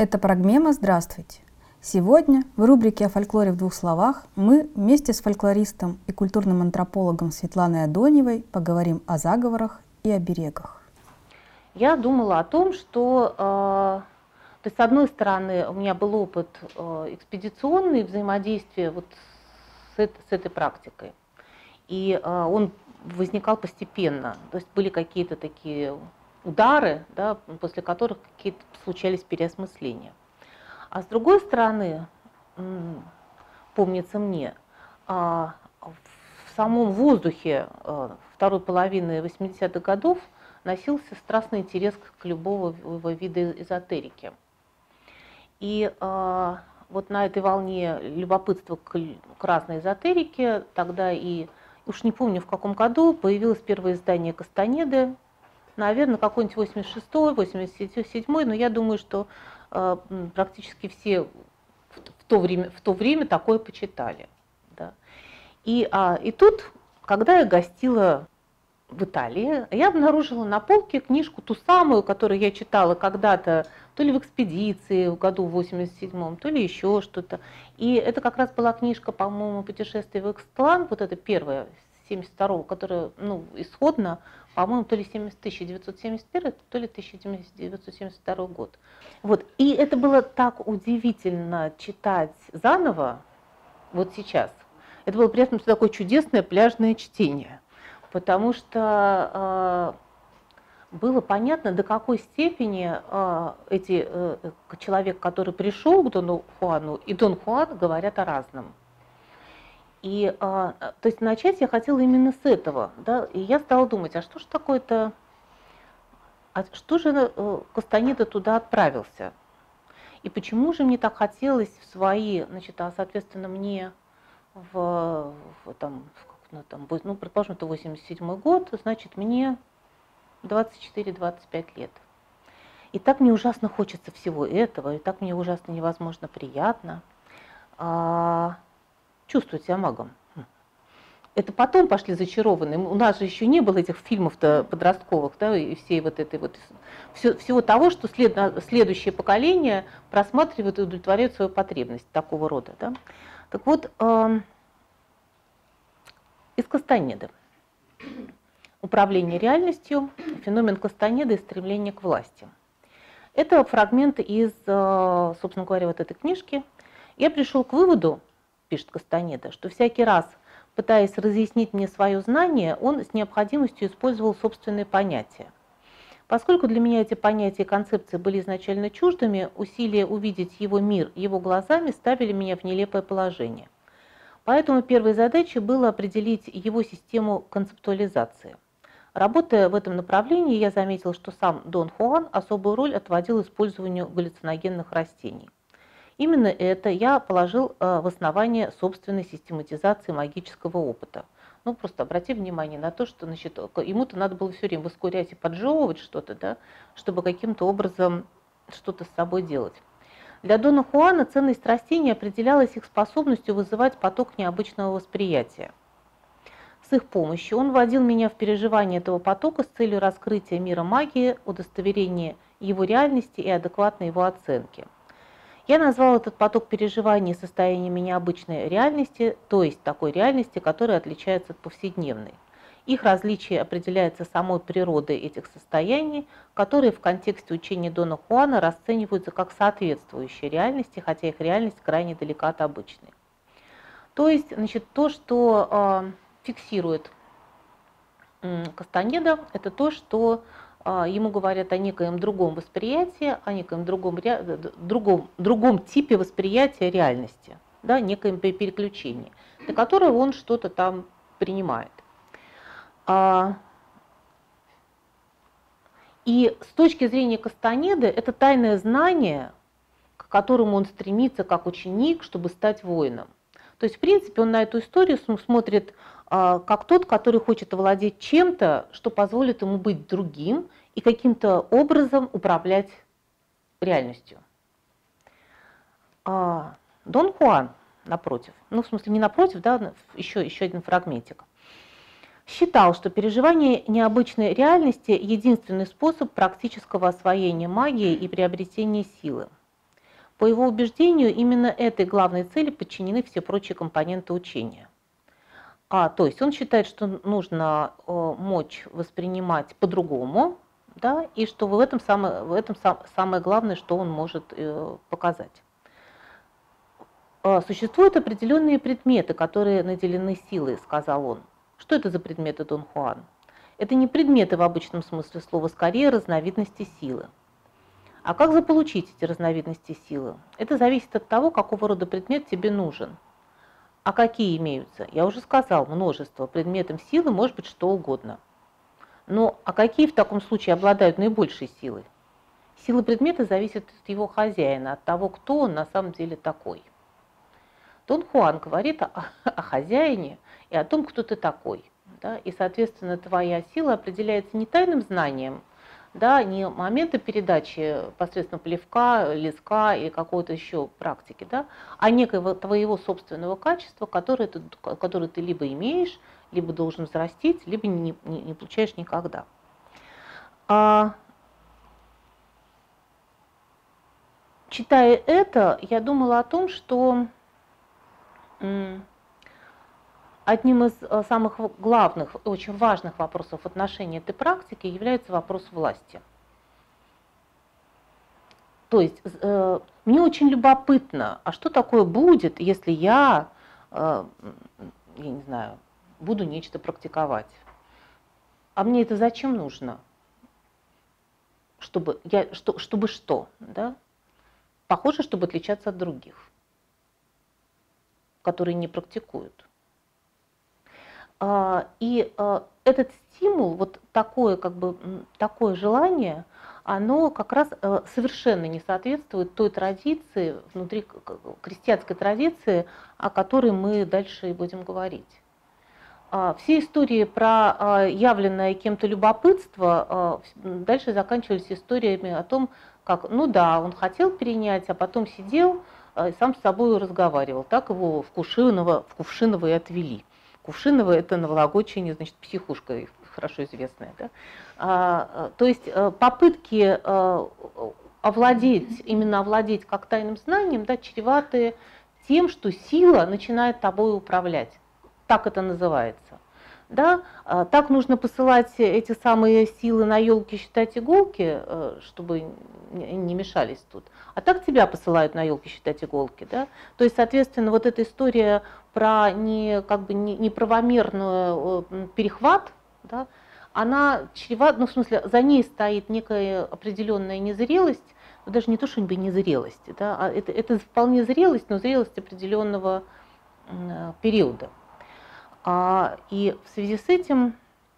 Это Прогмема «Здравствуйте». Сегодня в рубрике «О фольклоре в двух словах» мы вместе с фольклористом и культурным антропологом Светланой Адоневой поговорим о заговорах и оберегах. Я думала о том, что, то есть, с одной стороны, у меня был опыт экспедиционный, взаимодействия вот с этой практикой, и он возникал постепенно, то есть были какие-то такие удары, да, после которых какие-то случались переосмысления. А с другой стороны, помнится мне, в самом воздухе второй половины 80-х годов носился страстный интерес к любого вида эзотерики. И вот на этой волне любопытства к разной эзотерике тогда и, уж не помню в каком году, появилось первое издание Кастанеды, наверное, какой-нибудь 86-й, 87-й, но я думаю, что практически все в то время такое почитали. Да. И тут, когда я гостила в Италии, я обнаружила на полке книжку, ту самую, которую я читала когда-то, то ли в экспедиции в году 87-м, то ли еще что-то. И это как раз была книжка, по-моему, «Путешествие в Икстлан», вот это первая, 72-го, которая, исходно, по-моему, то ли 1971, то ли 1972 год. Вот. И это было так удивительно читать заново, вот сейчас. Это было при этом такое чудесное пляжное чтение, потому что было понятно, до какой степени человек, который пришел к Дону Хуану, и Дон Хуан говорят о разном. И, то есть начать я хотела именно с этого, да, и я стала думать, а что же такое-то, что же Кастанеда туда отправился? И почему же мне так хотелось в свои, значит, соответственно, мне предположим, это 87-й год, значит, мне 24-25 лет. И так мне ужасно хочется всего этого, и так мне ужасно невозможно приятно чувствовать себя магом. Это потом пошли зачарованные. У нас же еще не было этих фильмов-то подростковых, да, и всей вот этой вот всего того, что следующее поколение просматривает и удовлетворяет свою потребность такого рода. Да. Так вот, из Кастанеды. Управление реальностью, феномен Кастанеды и стремление к власти. Это фрагмент из, собственно говоря, вот этой книжки. Я пришел к выводу, пишет Кастанеда, что всякий раз, пытаясь разъяснить мне свое знание, он с необходимостью использовал собственные понятия. Поскольку для меня эти понятия и концепции были изначально чуждыми, усилия увидеть его мир его глазами ставили меня в нелепое положение. Поэтому первой задачей было определить его систему концептуализации. Работая в этом направлении, я заметил, что сам Дон Хуан особую роль отводил использованию галлюциногенных растений. Именно это я положил в основание собственной систематизации магического опыта. Просто обрати внимание на то, что, значит, ему-то надо было все время воскурять и поджевывать что-то, да, чтобы каким-то образом что-то с собой делать. Для Дона Хуана ценность растений определялась их способностью вызывать поток необычного восприятия. С их помощью он вводил меня в переживание этого потока с целью раскрытия мира магии, удостоверения его реальности и адекватной его оценки. Я назвал этот поток переживаний состояниями необычной реальности, то есть такой реальности, которая отличается от повседневной. Их различие определяется самой природой этих состояний, которые в контексте учения Дона Хуана расцениваются как соответствующие реальности, хотя их реальность крайне далека от обычной. То есть, значит, то, что фиксирует Кастанеда, это то, что ему говорят о некоем другом восприятии, о некоем другом типе восприятия реальности, да, некоем переключении, для которого он что-то там принимает. И с точки зрения Кастанеды, это тайное знание, к которому он стремится как ученик, чтобы стать воином. То есть, в принципе, он на эту историю смотрит как тот, который хочет овладеть чем-то, что позволит ему быть другим и каким-то образом управлять реальностью. Дон Хуан, напротив, в смысле не напротив, да, еще один фрагментик, считал, что переживание необычной реальности – единственный способ практического освоения магии и приобретения силы. По его убеждению, именно этой главной цели подчинены все прочие компоненты учения. То есть он считает, что нужно мочь воспринимать по-другому, да, и что в этом самое главное, что он может показать. Существуют определенные предметы, которые наделены силой, сказал он. Что это за предметы, Дон Хуан? Это не предметы в обычном смысле слова, скорее разновидности силы. А как заполучить эти разновидности силы? Это зависит от того, какого рода предмет тебе нужен. А какие имеются? Я уже сказал, множество. Предметом силы может быть что угодно. Но а какие в таком случае обладают наибольшей силой? Сила предмета зависит от его хозяина, от того, кто он на самом деле такой. Дон Хуан говорит о хозяине и о том, кто ты такой. Да? И, соответственно, твоя сила определяется не тайным знанием, да, не моментом передачи посредством плевка, лизка или какой-то еще практики, да, а некого твоего собственного качества, которое ты либо имеешь, либо должен взрастить, либо не получаешь никогда. Читая это, я думала о том, что одним из самых главных, очень важных вопросов в отношении этой практики является вопрос власти. То есть мне очень любопытно, а что такое будет, если я не знаю, буду нечто практиковать? А мне это зачем нужно? Чтобы что? Да? Похоже, чтобы отличаться от других, которые не практикуют. И этот стимул, вот такое, такое желание, оно как раз совершенно не соответствует той традиции, внутри крестьянской традиции, о которой мы дальше и будем говорить. Все истории про явленное кем-то любопытство дальше заканчивались историями о том, как, ну да, он хотел перенять, а потом сидел и сам с собой разговаривал. Так его в Кувшиново и отвели. Кувшиново – это Новологодчине, значит, психушка хорошо известная. Да? То есть попытки овладеть как тайным знанием, да, чреваты тем, что сила начинает тобой управлять. Так это называется. Да? Так нужно посылать эти самые силы на елки считать иголки, чтобы не мешались тут. А так тебя посылают на елки считать иголки. Да? То есть, соответственно, вот эта история про неправомерную перехват, да, она чревата, ну, в смысле, за ней стоит некая определенная незрелость, но даже не то, что незрелость, да, а это вполне зрелость, но зрелость определенного периода. И в связи с этим,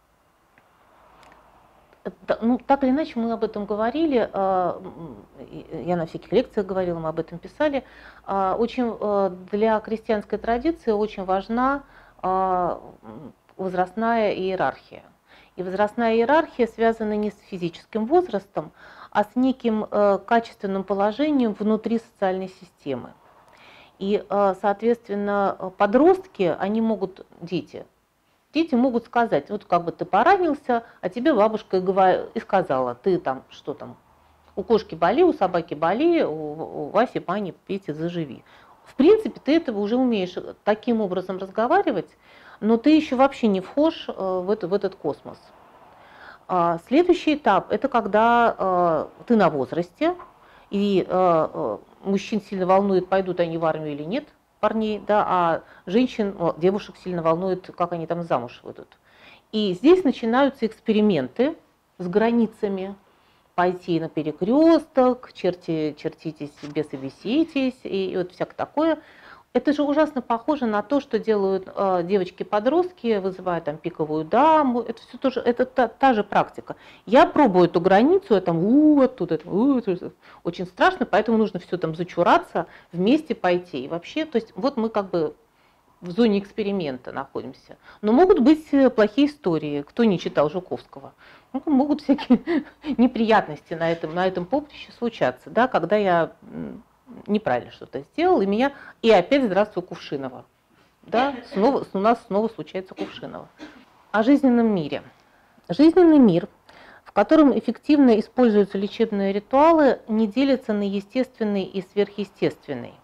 ну, так или иначе мы об этом говорили, я на всяких лекциях говорила, мы об этом писали, для крестьянской традиции очень важна возрастная иерархия. И возрастная иерархия связана не с физическим возрастом, а с неким качественным положением внутри социальной системы. И, соответственно, подростки, дети могут сказать, вот как бы ты поранился, а тебе бабушка и сказала, ты там, что там, у кошки боли, у собаки боли, у Васи, Пани, Пети заживи. В принципе, ты этого уже умеешь таким образом разговаривать, но ты еще вообще не вхож в этот космос. Следующий этап – это когда ты на возрасте, и мужчин сильно волнует, пойдут они в армию или нет, парней, да, а девушек сильно волнует, как они там замуж выйдут. И здесь начинаются эксперименты с границами. Пойти на перекресток, чертитесь, бесы беситесь, и вот всякое такое. Это же ужасно похоже на то, что делают девочки-подростки, вызывая там пиковую даму. Это все тоже, это та же практика. Я пробую эту границу, я там оттуда, очень страшно, поэтому нужно все там зачураться, вместе пойти. И вообще, то есть вот мы как бы в зоне эксперимента находимся. Но могут быть плохие истории. Кто не читал Жуковского? Ну, могут всякие неприятности на этом поприще случаться, да, когда я неправильно что-то сделал, и опять здравствуй, Кувшиново. Да, у нас снова случается Кувшиново. О жизненном мире. Жизненный мир, в котором эффективно используются лечебные ритуалы, не делятся на естественный и сверхъестественный.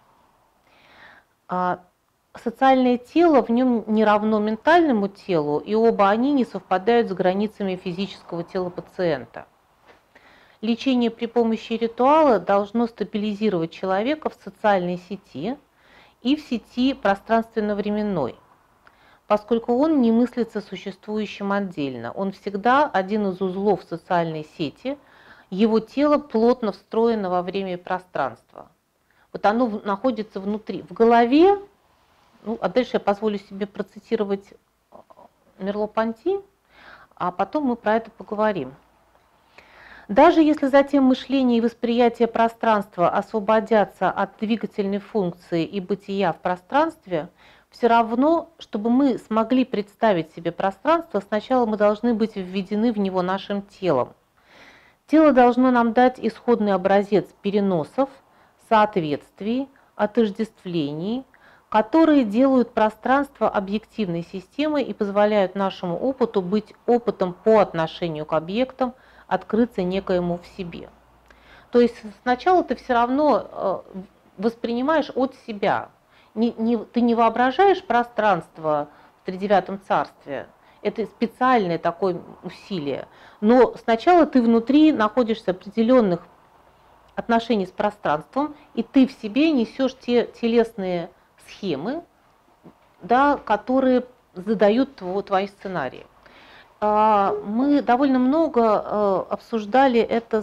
Социальное тело в нем не равно ментальному телу, и оба они не совпадают с границами физического тела пациента. Лечение при помощи ритуала должно стабилизировать человека в социальной сети и в сети пространственно-временной, поскольку он не мыслится существующим отдельно. Он всегда один из узлов социальной сети, его тело плотно встроено во время и пространство. Вот оно находится внутри, в голове. А дальше я позволю себе процитировать Мерло-Понти, а потом мы про это поговорим. Даже если затем мышление и восприятие пространства освободятся от двигательной функции и бытия в пространстве, все равно, чтобы мы смогли представить себе пространство, сначала мы должны быть введены в него нашим телом. Тело должно нам дать исходный образец переносов, соответствий, отождествлений, которые делают пространство объективной системой и позволяют нашему опыту быть опытом по отношению к объектам, открыться некоему в себе. То есть сначала ты все равно воспринимаешь от себя. Ты не воображаешь пространство в Тридевятом царстве, это специальное такое усилие, но сначала ты внутри находишься определенных отношений с пространством, и ты в себе несешь те телесные схемы, да, которые задают твои сценарии. Мы довольно много обсуждали это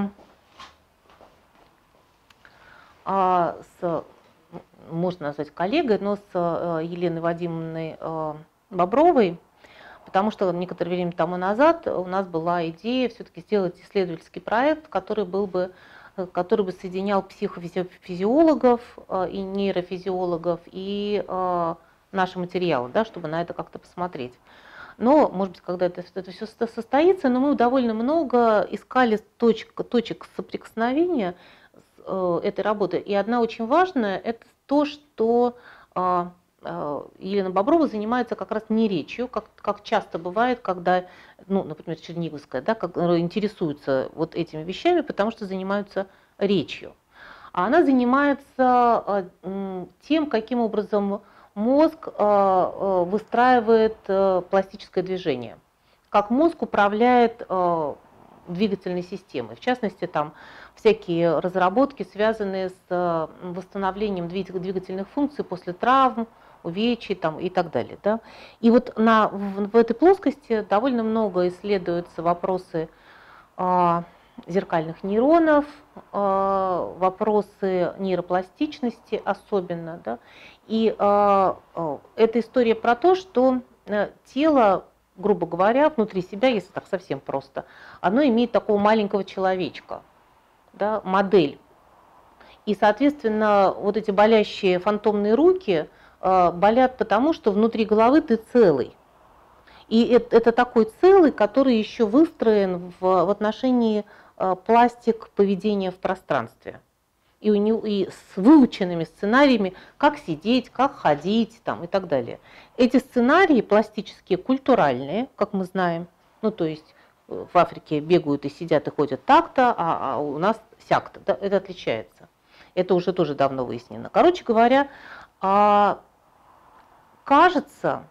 можно назвать коллегой, но с Еленой Вадимовной Бобровой, потому что некоторое время тому назад у нас была идея все-таки сделать исследовательский проект, который бы соединял психофизиологов и нейрофизиологов и наши материалы, да, чтобы на это как-то посмотреть. Но, может быть, когда это все состоится, но мы довольно много искали точек соприкосновения с этой работы. И одна очень важная – это то, что Елена Боброва занимается как раз не речью, как часто бывает, когда, например, Черниговская, да, интересуются вот этими вещами, потому что занимаются речью. А она занимается тем, каким образом мозг выстраивает пластическое движение, как мозг управляет двигательной системой. В частности, там всякие разработки, связанные с восстановлением двигательных функций после травм, увечий и так далее. Да? И вот в этой плоскости довольно много исследуются вопросы зеркальных нейронов, вопросы нейропластичности особенно. Да? И эта история про то, что тело, грубо говоря, внутри себя, если так совсем просто, оно имеет такого маленького человечка, да, модель. И, соответственно, вот эти болящие фантомные руки болят потому, что внутри головы ты целый. И это такой целый, который еще выстроен в отношении пластик поведения в пространстве. И с выученными сценариями, как сидеть, как ходить и так далее. Эти сценарии пластические, культуральные, как мы знаем, то есть в Африке бегают и сидят и ходят так-то, а у нас сяк-то, да, это отличается. Это уже тоже давно выяснено. Короче говоря, кажется,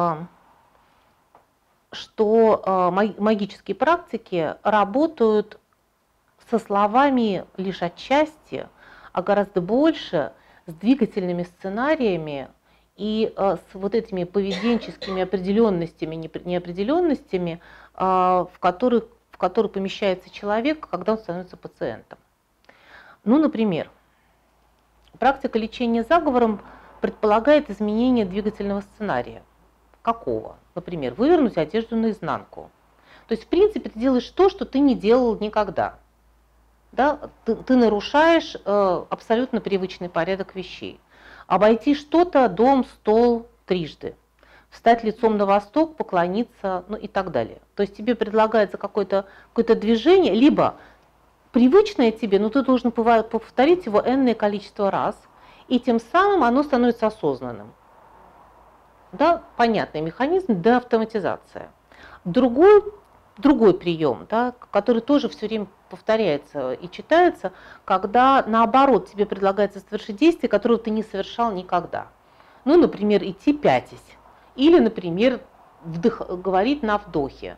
что магические практики работают со словами лишь отчасти, а гораздо больше с двигательными сценариями и с вот этими поведенческими определенностями, неопределенностями, в которые помещается человек, когда он становится пациентом. Например, практика лечения заговором предполагает изменение двигательного сценария. Какого? Например, вывернуть одежду наизнанку. То есть, в принципе, ты делаешь то, что ты не делал никогда. Да? Ты нарушаешь абсолютно привычный порядок вещей. Обойти что-то, дом, стол трижды. Встать лицом на восток, поклониться, и так далее. То есть тебе предлагается какое-то движение, либо привычное тебе, но ты должен повторить его энное количество раз, и тем самым оно становится осознанным. Да, понятный механизм, деавтоматизация. Другой другой прием, да, который тоже все время повторяется и читается, когда наоборот тебе предлагается совершить действие, которое ты не совершал никогда. Ну, например, идти пятясь. Или, например, говорить на вдохе.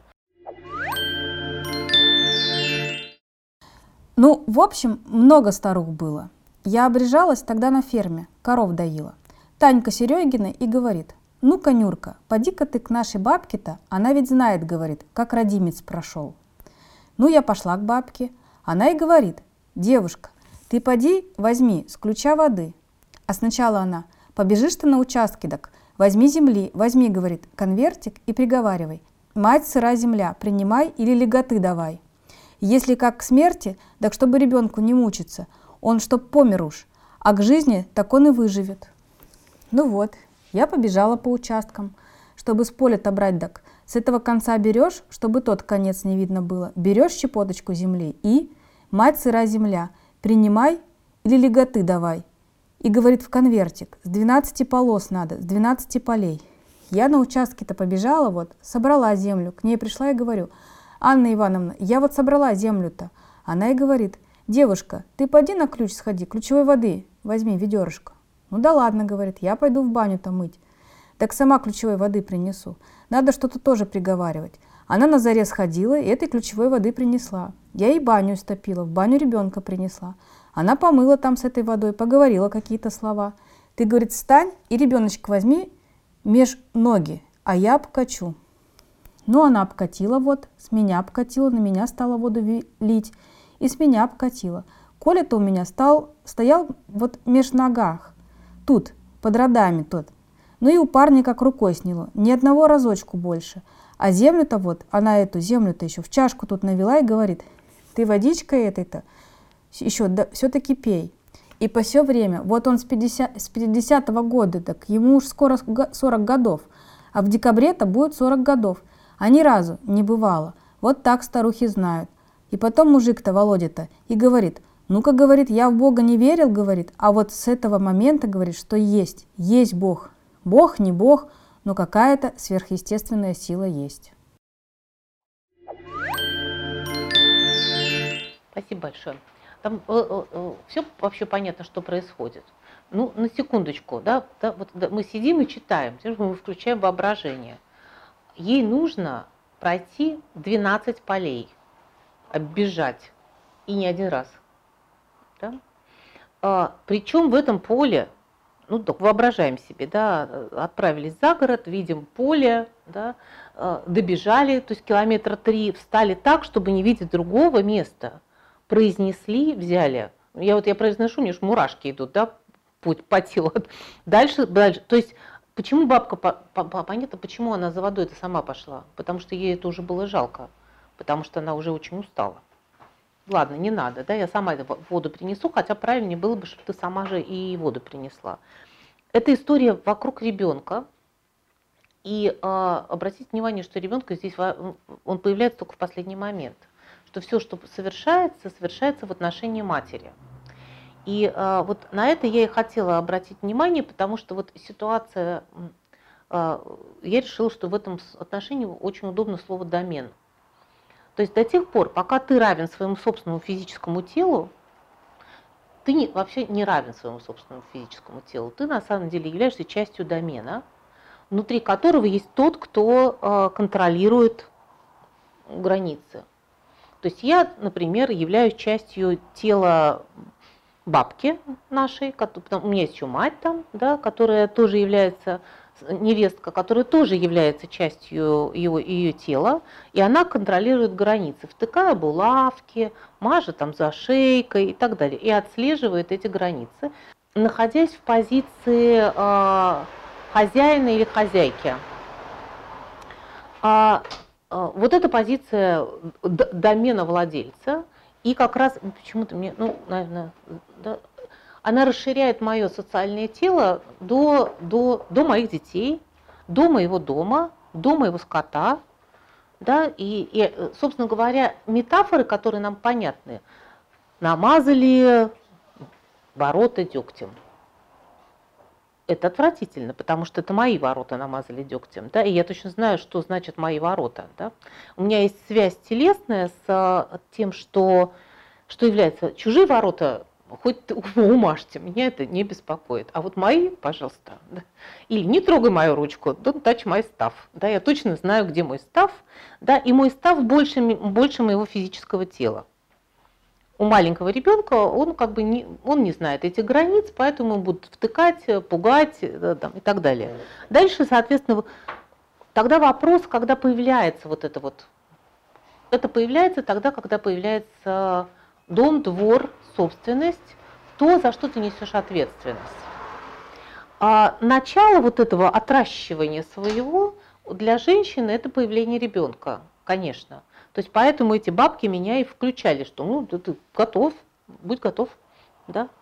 Ну, в общем, много старух было. Я обрежалась тогда на ферме, коров доила. Танька Серегина и говорит: «Ну-ка, Нюрка, поди-ка ты к нашей бабке-то, она ведь знает, говорит, как родимец прошел». Ну, я пошла к бабке, она и говорит: «Девушка, ты поди возьми с ключа воды». А сначала она: «Побежишь ты на участке, так возьми земли, возьми, говорит, конвертик и приговаривай: мать сыра земля, принимай или леготы давай. Если как к смерти, так чтобы ребенку не мучиться, он чтоб помер уж, а к жизни так он и выживет». Ну вот, я побежала по участкам, чтобы с поля-то брать, так с этого конца берешь, чтобы тот конец не видно было, берешь щепоточку земли и «мать сыра земля, принимай или леготы давай». И говорит в конвертик: с 12 полос надо, с 12 полей. Я на участке-то побежала, вот, собрала землю, к ней пришла и говорю: «Анна Ивановна, я вот собрала землю-то». Она и говорит: «Девушка, ты поди на ключ сходи, ключевой воды возьми ведерышко». «Ну да ладно, говорит, я пойду в баню-то мыть. Так сама ключевой воды принесу. Надо что-то тоже приговаривать». Она на заре сходила и этой ключевой воды принесла. Я ей баню истопила, в баню ребенка принесла. Она помыла там с этой водой, поговорила какие-то слова. «Ты, говорит, встань и ребеночка возьми меж ноги, а я обкачу». Ну, она обкатила вот, с меня обкатила, на меня стала воду лить, и с меня обкатила. Коля-то у меня стоял вот меж ногах, тут, под родами тот. Ну и у парня как рукой сняло, ни одного разочку больше. А землю-то вот, она эту землю-то еще в чашку тут навела и говорит: «Ты водичкой этой-то еще да, все-таки пей». И по все время, вот он с 50-го года, так ему уж скоро 40 годов, а в декабре-то будет 40 годов, а ни разу не бывало. Вот так старухи знают. И потом мужик-то, Володя-то, и говорит: «Ну-ка, говорит, я в Бога не верил, говорит, а вот с этого момента, говорит, что есть Бог. Бог, не Бог, но какая-то сверхъестественная сила есть». Спасибо большое. Там все вообще понятно, что происходит. Ну, на секундочку, мы сидим и читаем, мы включаем воображение. Ей нужно пройти 12 полей, оббежать, и не один раз. Да? Причем в этом поле, ну, так воображаем себе, да, отправились за город, видим поле, да, добежали, то есть километра 3, встали так, чтобы не видеть другого места, произнесли, взяли. Я произношу, мне же мурашки идут, да, путь по телу. Дальше, то есть почему бабка, понятно, почему она за водой-то сама пошла, потому что ей это уже было жалко, потому что она уже очень устала. Ладно, не надо, да, я сама воду принесу, хотя правильнее было бы, чтобы ты сама же и воду принесла. Это история вокруг ребенка. И обратите внимание, что ребенок здесь, он появляется только в последний момент. Что все, что совершается в отношении матери. И вот на это я и хотела обратить внимание, потому что вот ситуация, я решила, что в этом отношении очень удобно слово «домен». То есть до тех пор, пока ты равен своему собственному физическому телу, ты вообще не равен своему собственному физическому телу. Ты на самом деле являешься частью домена, внутри которого есть тот, кто контролирует границы. То есть я, например, являюсь частью тела бабки нашей, у меня есть еще мать там, да, которая тоже является, невестка, которая тоже является частью ее тела, и она контролирует границы, втыкая булавки, мажет там за шейкой и так далее, и отслеживает эти границы, находясь в позиции хозяина или хозяйки. Вот эта позиция домена владельца, и как раз почему-то мне, ну, наверное, да, она расширяет мое социальное тело до моих детей, до моего дома, до моего скота. Да, и, собственно говоря, метафоры, которые нам понятны, намазали ворота дегтем. это отвратительно, потому что это мои ворота намазали дегтем, да, и я точно знаю, что значит мои ворота, да. У меня есть связь телесная с тем, что является чужие ворота, хоть ты умажьте, меня это не беспокоит. А вот мои, пожалуйста, да. Или не трогай мою ручку, don't touch my stuff, да, я точно знаю, где мой став, да, и мой став больше моего физического тела. У маленького ребенка он как бы он не знает этих границ, поэтому будут втыкать, пугать, да, там, и так далее. Дальше, соответственно, тогда вопрос, когда появляется вот это вот. Это появляется тогда, когда появляется дом, двор, собственность, то, за что ты несешь ответственность. А начало вот этого отращивания своего для женщины это появление ребенка, конечно. То есть поэтому эти бабки меня и включали, что ну ты готов, будь готов, да.